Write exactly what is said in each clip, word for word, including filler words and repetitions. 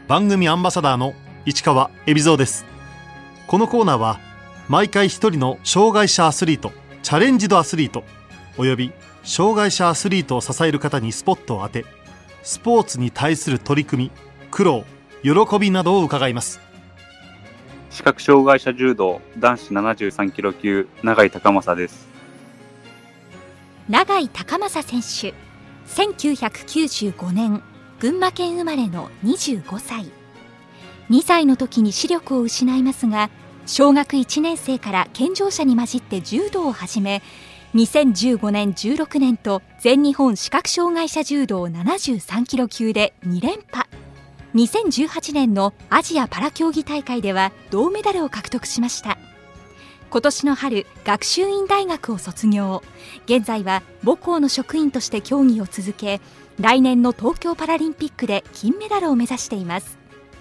番組アンバサダーの市川海老蔵です。このコーナーは毎回一人の障害者アスリート、チャレンジドアスリートおよび障害者アスリートを支える方にスポットを当て、スポーツに対する取り組み、苦労、喜びなどを伺います。 視覚障害者柔道男子ななじゅうさんキロ級、永井孝正です。 永井孝正選手、せんきゅうひゃくきゅうじゅうごねん群馬県生まれのにじゅうごさい。にさいの時に視力を失いますが、小学いちねん生から健常者に混じって柔道を始め、にせんじゅうごねん、じゅうろくねんと全日本視覚障害者柔道ななじゅうさんキロ級でに連覇。にせんじゅうはちねんのアジアパラ競技大会では銅メダルを獲得しました。今年の春、学習院大学を卒業。現在は母校の職員として競技を続け、来年の東京パラリンピックで金メダルを目指しています。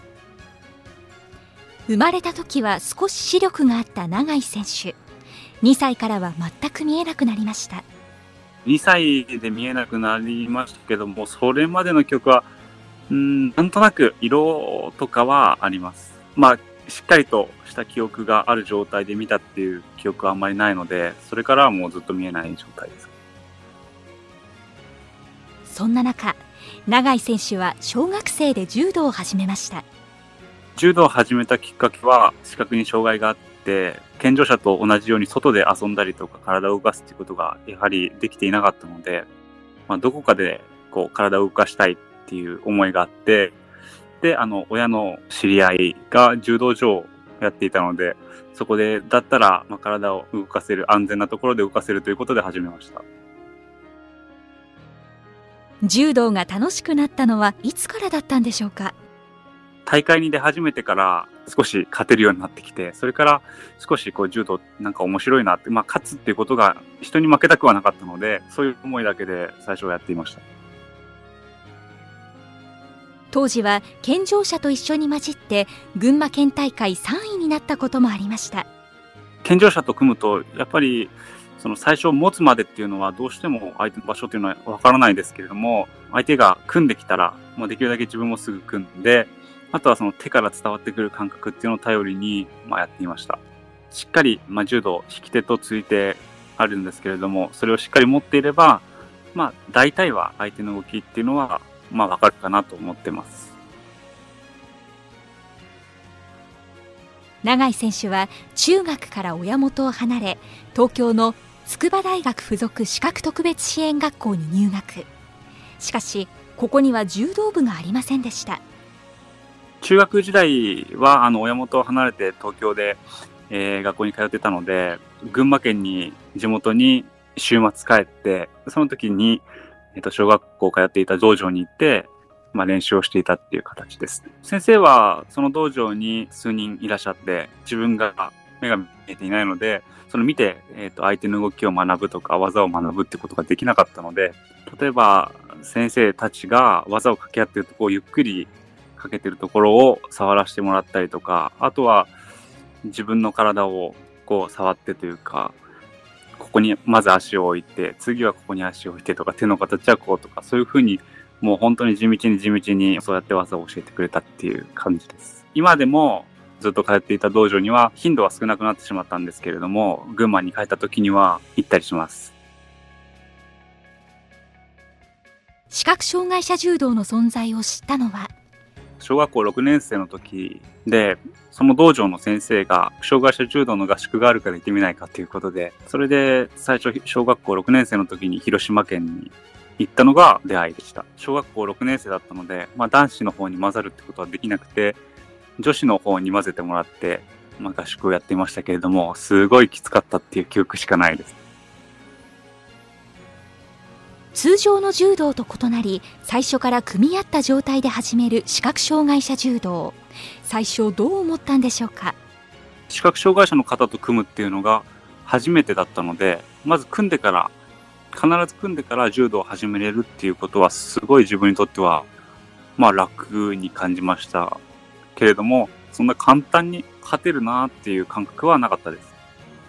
生まれた時は少し視力があった永井選手。にさいからは全く見えなくなりました。 にさいで見えなくなりましたけども、それまでの記憶はうーんなんとなく色とかはあります。まあしっかりとした記憶がある状態で見たっていう記憶はあんまりないので、それからはもうずっと見えない状態です。 そんな中、永井選手は小学生で柔道を始めました。 柔道を始めたきっかけは、視覚に障害があって、健常者と同じように外で遊んだりとか体を動かすっていうことがやはりできていなかったので、まあ、どこかでこう体を動かしたいっていう思いがあって、で、あの、親の知り合いが柔道場をやっていたので、そこでだったら、まあ、体を動かせる、安全なところで動かせるということで始めました。 柔道が楽しくなったのはいつからだったんでしょうか。 大会に出始めてから少し勝てるようになってきて、それから少しこう柔道なんか面白いなって、まあ勝つっていうことが人に負けたくはなかったので、そういう思いだけで最初はやっていました。 当時は健常者と一緒に混じって群馬県大会さんいになったこともありました。 健常者と組むとやっぱりその最初持つまでっていうのはどうしても相手の場所っていうのはわからないですけれども、相手が組んできたらもうできるだけ自分もすぐ組んで、あとはその手から伝わってくる感覚っていうのを頼りにまあやっていました。しっかりまあ柔道引き手と釣り手あるんですけれども、それをしっかり持っていればまあ大体は相手の動きっていうのはまあわかるかなと思ってます。 永井選手は中学から親元を離れ、東京の筑波大学附属視覚特別支援学校に入学。しかしここには柔道部がありませんでした。 中学時代はあの親元を離れて東京で、えー、学校に通ってたので、群馬県に地元に週末帰って、その時に、えっと、小学校通っていた道場に行って、まあ、練習をしていたっていう形です。先生はその道場に数人いらっしゃって、自分が目が見えていないので、その見て、えっと、相手の動きを学ぶとか技を学ぶってことができなかったので、例えば先生たちが技を掛け合っているところをゆっくりかけてるところを触らせてもらったりとか、あとは自分の体をこう触ってというか、ここにまず足を置いて、次はここに足を置いてとか、手の形はこうとか、そういうふうにもう本当に地道に地道にそうやって技を教えてくれたっていう感じです。今でもずっと通っていた道場には頻度は少なくなってしまったんですけれども、群馬に帰った時には行ったりします。 視覚障害者柔道の存在を知ったのは小学校ろくねん生の時で、その道場の先生が障害者柔道の合宿があるから行ってみないかということで、それで最初小学校ろくねん生の時に広島県に行ったのが出会いでした。小学校ろくねん生だったので、まあ、男子の方に混ざるってことはできなくて、女子の方に混ぜてもらって、まあ、合宿をやっていましたけれども、すごいきつかったっていう記憶しかないです。 通常の柔道と異なり、最初から組み合った状態で始める視覚障害者柔道。最初どう思ったんでしょうか。 視覚障害者の方と組むっていうのが初めてだったので、まず組んでから必ず組んでから柔道を始めれるっていうことはすごい自分にとってはまあ楽に感じましたけれども、そんな簡単に勝てるなっていう感覚はなかったです。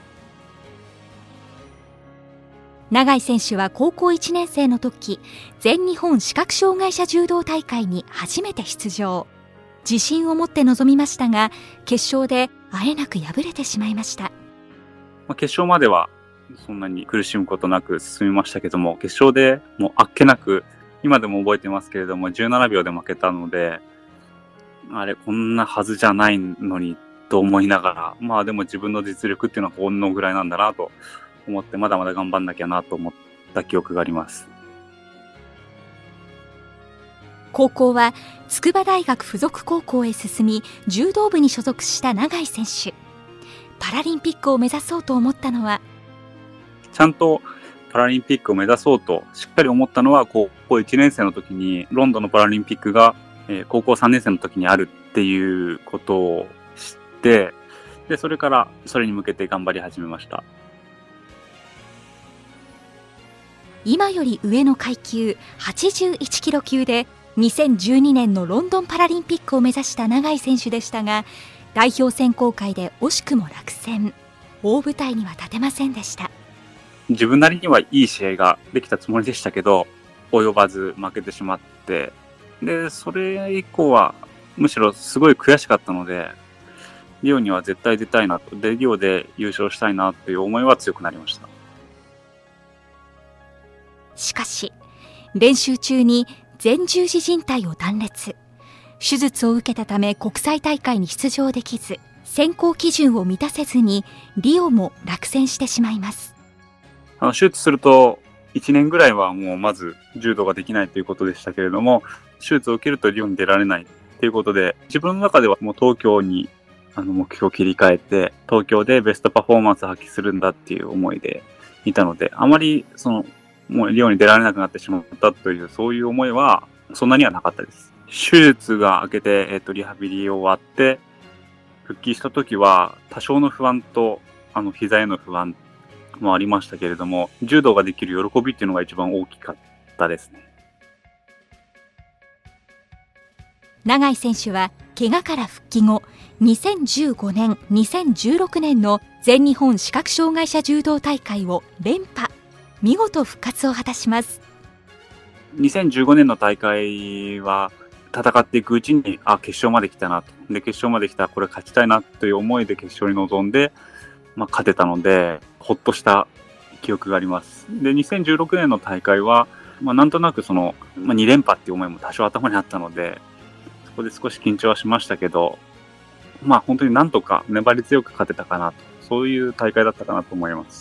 永井選手は高校いちねん生の時、全日本視覚障害者柔道大会に初めて出場。 自信を持って臨みましたが、決勝であえなく敗れてしまいました。 決勝まではそんなに苦しむことなく進みましたけども、決勝でもうあっけなく、今でも覚えてますけれども、じゅうななびょうで負けたので、あれ、こんなはずじゃないのにと思いながら、まあでも自分の実力っていうのはこのぐらいなんだなと思って、まだまだ頑張んなきゃなと思った記憶があります。 高校は筑波大学附属高校へ進み、柔道部に所属した永井選手。パラリンピックを目指そうと思ったのは、 ちゃんとパラリンピックを目指そうとしっかり思ったのは、高校いちねんせいの時にロンドンのパラリンピックが、えー、高校さんねんせいの時にあるっていうことを知って、で、それからそれに向けて頑張り始めました。 今より上の階級はちじゅういちキロ級でにせんじゅうにねんのロンドンパラリンピックを目指した永井選手でしたが、代表選考会で惜しくも落選。大舞台には立てませんでした。 自分なりにはいい試合ができたつもりでしたけど、及ばず負けてしまって、で、それ以降はむしろすごい悔しかったので、リオには絶対出たいなと、で、リオで優勝したいなという思いは強くなりました。 しかし、練習中に前十字靭帯を断裂。手術を受けたため国際大会に出場できず、選考基準を満たせずにリオも落選してしまいます。 あの手術するといちねんぐらいはもうまず柔道ができないということでしたけれども、手術を受けるとリオに出られないということで、自分の中ではもう東京にあの目標を切り替えて、東京でベストパフォーマンスを発揮するんだっていう思いでいたので、あまりそのもうリオに出られなくなってしまったという、そういう思いはそんなにはなかったです。手術が明けて、えっと、リハビリ終わって、復帰した時は多少の不安と、あの、膝への不安もありましたけれども、柔道ができる喜びっていうのが一番大きかったですね。 永井選手は怪我から復帰後、にせんじゅうごねん、にせんじゅうろくねんの全日本視覚障害者柔道大会を連覇。見事復活を果たします。 にせんじゅうごねんの大会は戦っていくうちに、あ、決勝まで来たなと。で、決勝まで来た、これ勝ちたいなという思いで決勝に臨んで、まあ、勝てたので、ほっとした記憶があります。で、にせんじゅうろくねんの大会は、まあ、なんとなくその、まあ、に連覇っていう思いも多少頭にあったので、そこで少し緊張はしましたけど、まあ、本当になんとか粘り強く勝てたかなと。そういう大会だったかなと思います。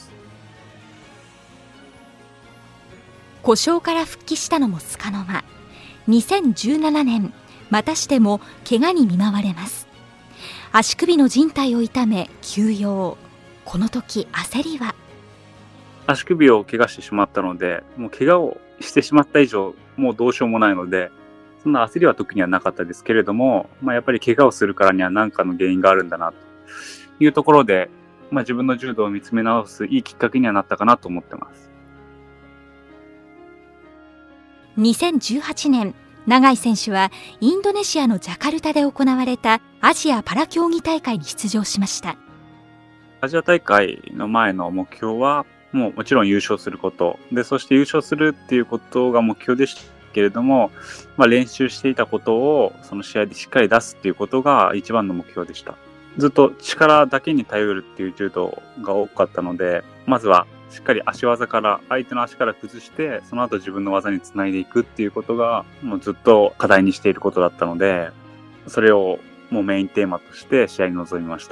故障から復帰したのもつかの間、にせんじゅうななねんまたしても怪我に見舞われます。足首の靭帯を痛め休養。この時焦りは、 足首を怪我してしまったので、もう怪我をしてしまった以上もうどうしようもないので、そんな焦りは特にはなかったですけれども、まあ、やっぱり怪我をするからには何かの原因があるんだなというところで、まあ、自分の柔道を見つめ直すいいきっかけにはなったかなと思ってます。 にせんじゅうはちねん、永井選手はインドネシアのジャカルタで行われたアジアパラ競技大会に出場しました。 アジア大会の前の目標は、もうもちろん優勝することで、そして優勝するっていうことが目標でしたけれども、まあ、練習していたことをその試合でしっかり出すっていうことが一番の目標でした。ずっと力だけに頼るっていう柔道が多かったので、まずはしっかり足技から相手の足から崩して、その後自分の技につないでいくっていうことがもうずっと課題にしていることだったので、それをもうメインテーマとして試合に臨みました。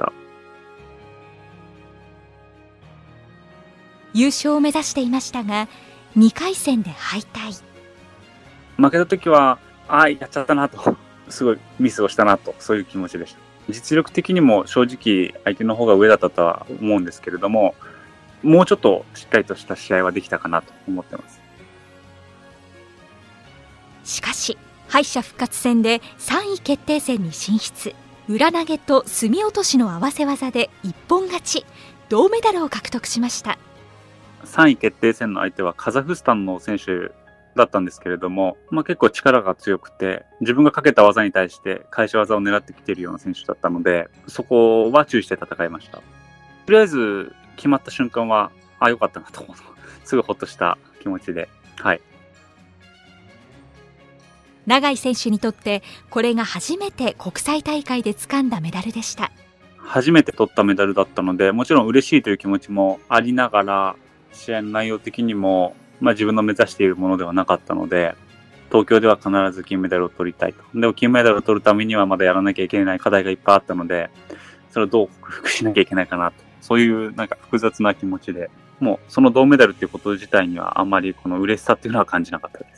優勝を目指していましたが、にかい戦で敗退。 負けた時は、ああ、やっちゃったなと、すごいミスをしたなと、そういう気持ちでした。実力的にも正直相手の方が上だったとは思うんですけれども、もうちょっとしっかりとした試合はできたかなと思ってます。 しかし、敗者復活戦でさんい決定戦に進出。裏投げと隅落としの合わせ技で一本勝ち。銅メダルを獲得しました。 さんい決定戦の相手はカザフスタンの選手だったんですけれども、まあ、結構力が強くて、自分がかけた技に対して返し技を狙ってきているような選手だったので、そこは注意して戦いました。とりあえず決まった瞬間は、あ、よかったなと思う。すぐほっとした気持ちで、はい。 永井選手にとってこれが初めて国際大会で掴んだメダルでした。 初めて取ったメダルだったので、もちろん嬉しいという気持ちもありながら、試合の内容的にも、まあ、自分の目指しているものではなかったので、東京では必ず金メダルを取りたいと。でも金メダルを取るためにはまだやらなきゃいけない課題がいっぱいあったので、それをどう克服しなきゃいけないかなと。そういうなんか複雑な気持ちで、もうその銅メダルっていうこと自体にはあんまりこの嬉しさっていうのは感じなかったです。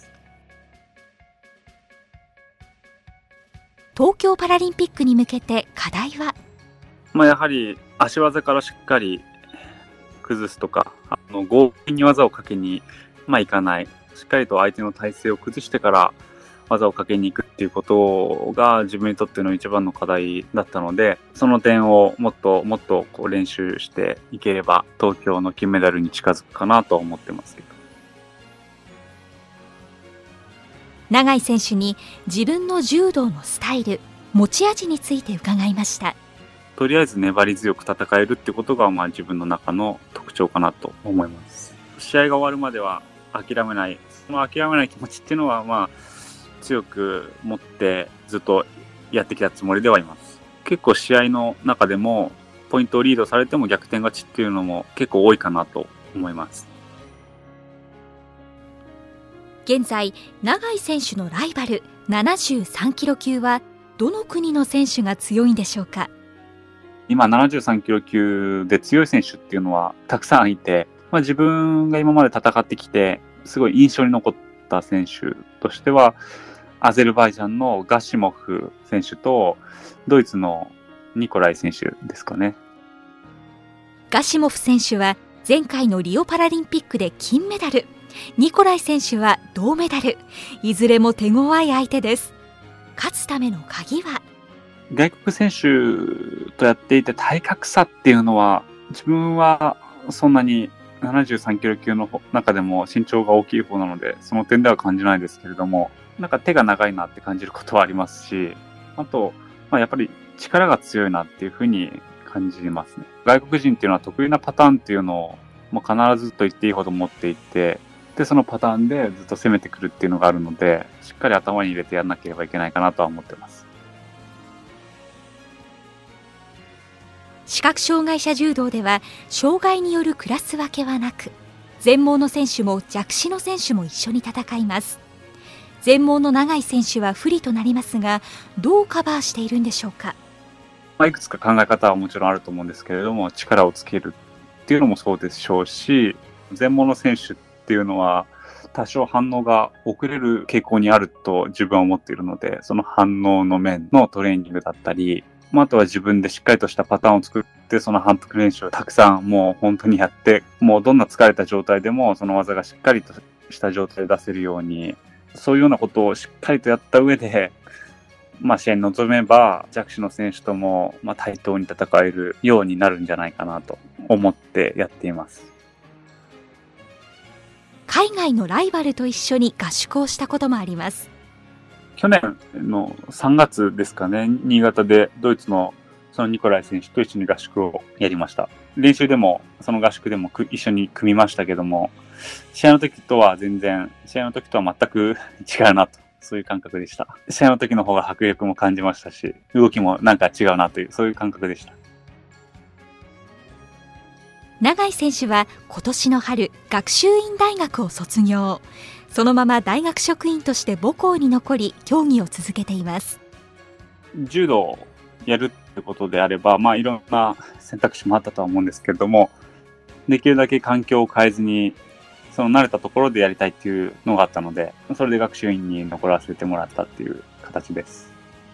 東京パラリンピックに向けて課題は、 まあ、やはり足技からしっかり崩すとか、あの強引に技をかけに、まあ、いかない。しっかりと相手の体勢を崩してから技をかけに行くっていうことが自分にとっての一番の課題だったので、その点をもっともっとこう練習していければ東京の金メダルに近づくかなと思ってますけど。 永井選手に自分の柔道のスタイル、持ち味について伺いました。 とりあえず粘り強く戦えるってことがまあ自分の中の特徴かなと思います。試合が終わるまでは諦めない、その諦めない気持ちっていうのはまあ強く持ってずっとやってきたつもりではいます。結構試合の中でもポイントをリードされても逆転勝ちっていうのも結構多いかなと思います。 現在、永井選手のライバルななじゅうさんキロ級はどの国の選手が強いんでしょうか。 今ななじゅうさんキロ級で強い選手っていうのはたくさんいて、まあ、自分が今まで戦ってきてすごい印象に残った選手としては、アゼルバイジャンのガシモフ選手とドイツのニコライ選手ですかね。 ガシモフ選手は前回のリオパラリンピックで金メダル、ニコライ選手は銅メダル、いずれも手強い相手です。勝つための鍵は、 外国選手とやっていて体格差っていうのは自分はそんなにななじゅうさんキロ級の中でも身長が大きい方なので、その点では感じないですけれども、なんか手が長いなって感じることはありますし、あと、まあ、やっぱり力が強いなっていうふうに感じますね。外国人っていうのは得意なパターンっていうのをもう必ずと言っていいほど持っていて、でそのパターンでずっと攻めてくるっていうのがあるので、しっかり頭に入れてやらなければいけないかなとは思ってます。 視覚障害者柔道では障害によるクラス分けはなく、全盲の選手も弱視の選手も一緒に戦います。全盲の永井選手は不利となりますが、どうカバーしているんでしょうか。 まあ、いくつか考え方はもちろんあると思うんですけれども、力をつけるっていうのもそうでしょうし、全盲の選手っていうのは多少反応が遅れる傾向にあると自分は思っているので、その反応の面のトレーニングだったり、あとは自分でしっかりとしたパターンを作って、その反復練習をたくさんもう本当にやって、もうどんな疲れた状態でもその技がしっかりとした状態で出せるように、そういうようなことをしっかりとやった上で、まあ試合に臨めば弱視の選手ともまあ対等に戦えるようになるんじゃないかなと思ってやっています。 海外のライバルと一緒に合宿をしたこともあります。 去年のさんがつですかね、新潟でドイツのそのニコライ選手と一緒に合宿をやりました。練習でもその合宿でも一緒に組みましたけども、試合の時とは全然、試合の時とは全く違うなと、そういう感覚でした。試合の時の方が迫力も感じましたし、動きもなんか違うなという、そういう感覚でした。 永井選手は今年の春、学習院大学を卒業。そのまま大学職員として母校に残り競技を続けています。 柔道をやるってことであれば、まあいろんな選択肢もあったとは思うんですけれども、できるだけ環境を変えずに、その慣れたところでやりたいっていうのがあったので、それで学習院に残らせてもらったっていう形です。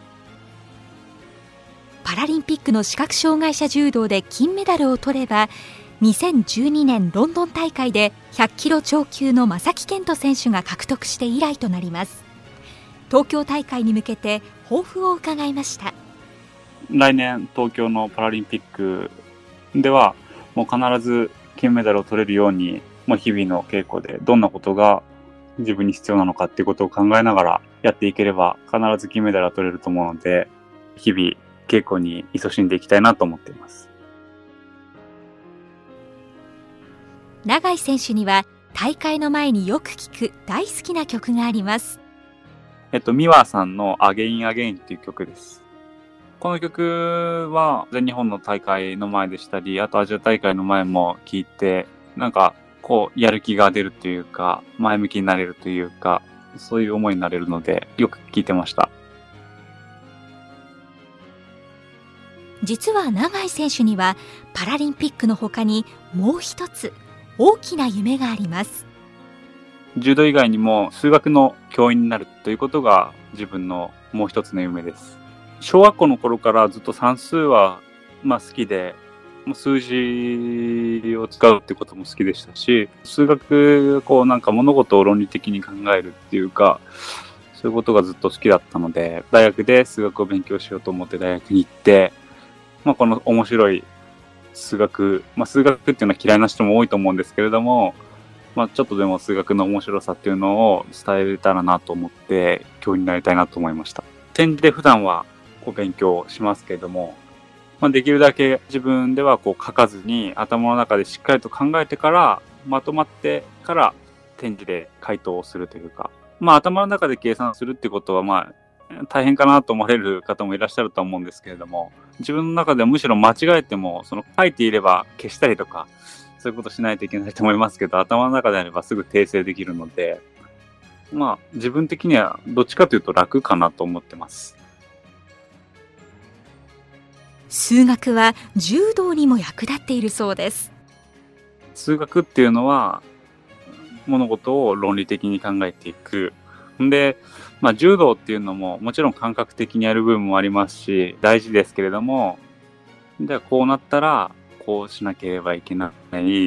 パラリンピックの視覚障害者柔道で金メダルを取れば、にせんじゅうにねんロンドン大会でひゃっキロ超級の正木健人選手が獲得して以来となります。東京大会に向けて抱負を伺いました。 来年東京のパラリンピックではもう必ず金メダルを取れるように、もう日々の稽古でどんなことが自分に必要なのかっていうことを考えながらやっていければ必ず金メダルは取れると思うので、日々稽古に勤しんでいきたいなと思っています。 永井選手には大会の前によく聴く大好きな曲があります。 えっと、ミワさんのアゲインアゲインっていう曲です。この曲は全日本の大会の前でしたり、あとアジア大会の前も聴いて、なんかこうやる気が出るというか、前向きになれるというか、そういう思いになれるので、よく聴いてました。 実は永井選手にはパラリンピックの他にもう一つ大きな夢があります。 柔道以外にも数学の教員になるということが自分のもう一つの夢です。小学校の頃からずっと算数はまあ好きで、数字を使うってことも好きでしたし、数学こうなんか物事を論理的に考えるっていうか、そういうことがずっと好きだったので、大学で数学を勉強しようと思って大学に行って、まあこの面白い数学、まあ数学っていうのは嫌いな人も多いと思うんですけれども、まあちょっとでも数学の面白さっていうのを伝えれたらなと思って教員になりたいなと思いました。展示で普段はこう勉強しますけれども、まあ、できるだけ自分ではこう書かずに頭の中でしっかりと考えてからまとまってから展示で回答をするというか、まあ頭の中で計算するってことはまあ大変かなと思われる方もいらっしゃると思うんですけれども、自分の中ではむしろ間違えてもその書いていれば消したりとかそういうことしないといけないと思いますけど、頭の中であればすぐ訂正できるので、まあ自分的にはどっちかというと楽かなと思ってます。 数学は柔道にも役立っているそうです。 数学っていうのは物事を論理的に考えていく。で、まあ柔道っていうのももちろん感覚的にやる部分もありますし大事ですけれども、じゃあこうなったらこうしなければいけない。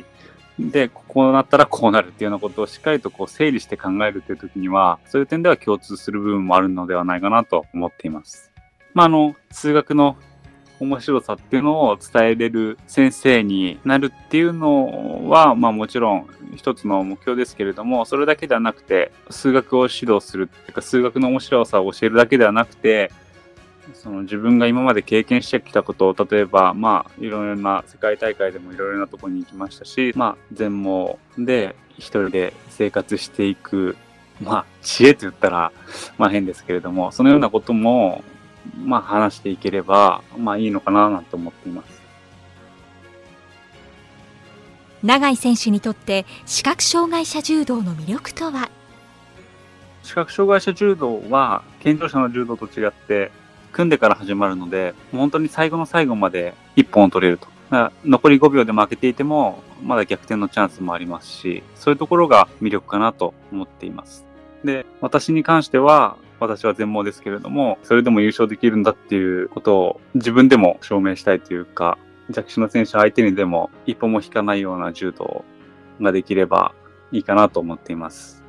で、こうなったらこうなるっていうようなことをしっかりとこう整理して考えるっていう時には、そういう点では共通する部分もあるのではないかなと思っています。まああの数学の面白さっていうのを伝えれる先生になるっていうのは、まあもちろん一つの目標ですけれども、それだけではなくて、数学を指導するっていうか、数学の面白さを教えるだけではなくて、その自分が今まで経験してきたことを、例えば、まあいろいろな世界大会でもいろいろなところに行きましたし、まあ全盲で一人で生活していく、まあ知恵と言ったら、まあ変ですけれども、そのようなことも、まあ話していければまあいいのかななんて思っています。 永井選手にとって視覚障害者柔道の魅力とは？ 視覚障害者柔道は健常者の柔道と違って組んでから始まるので、本当に最後の最後まで一本を取れると。だから残りごびょうで負けていてもまだ逆転のチャンスもありますし、そういうところが魅力かなと思っています。で、私に関しては私は全盲ですけれども、それでも優勝できるんだっていうことを自分でも証明したいというか、弱視の選手相手にでも一歩も引かないような柔道ができればいいかなと思っています。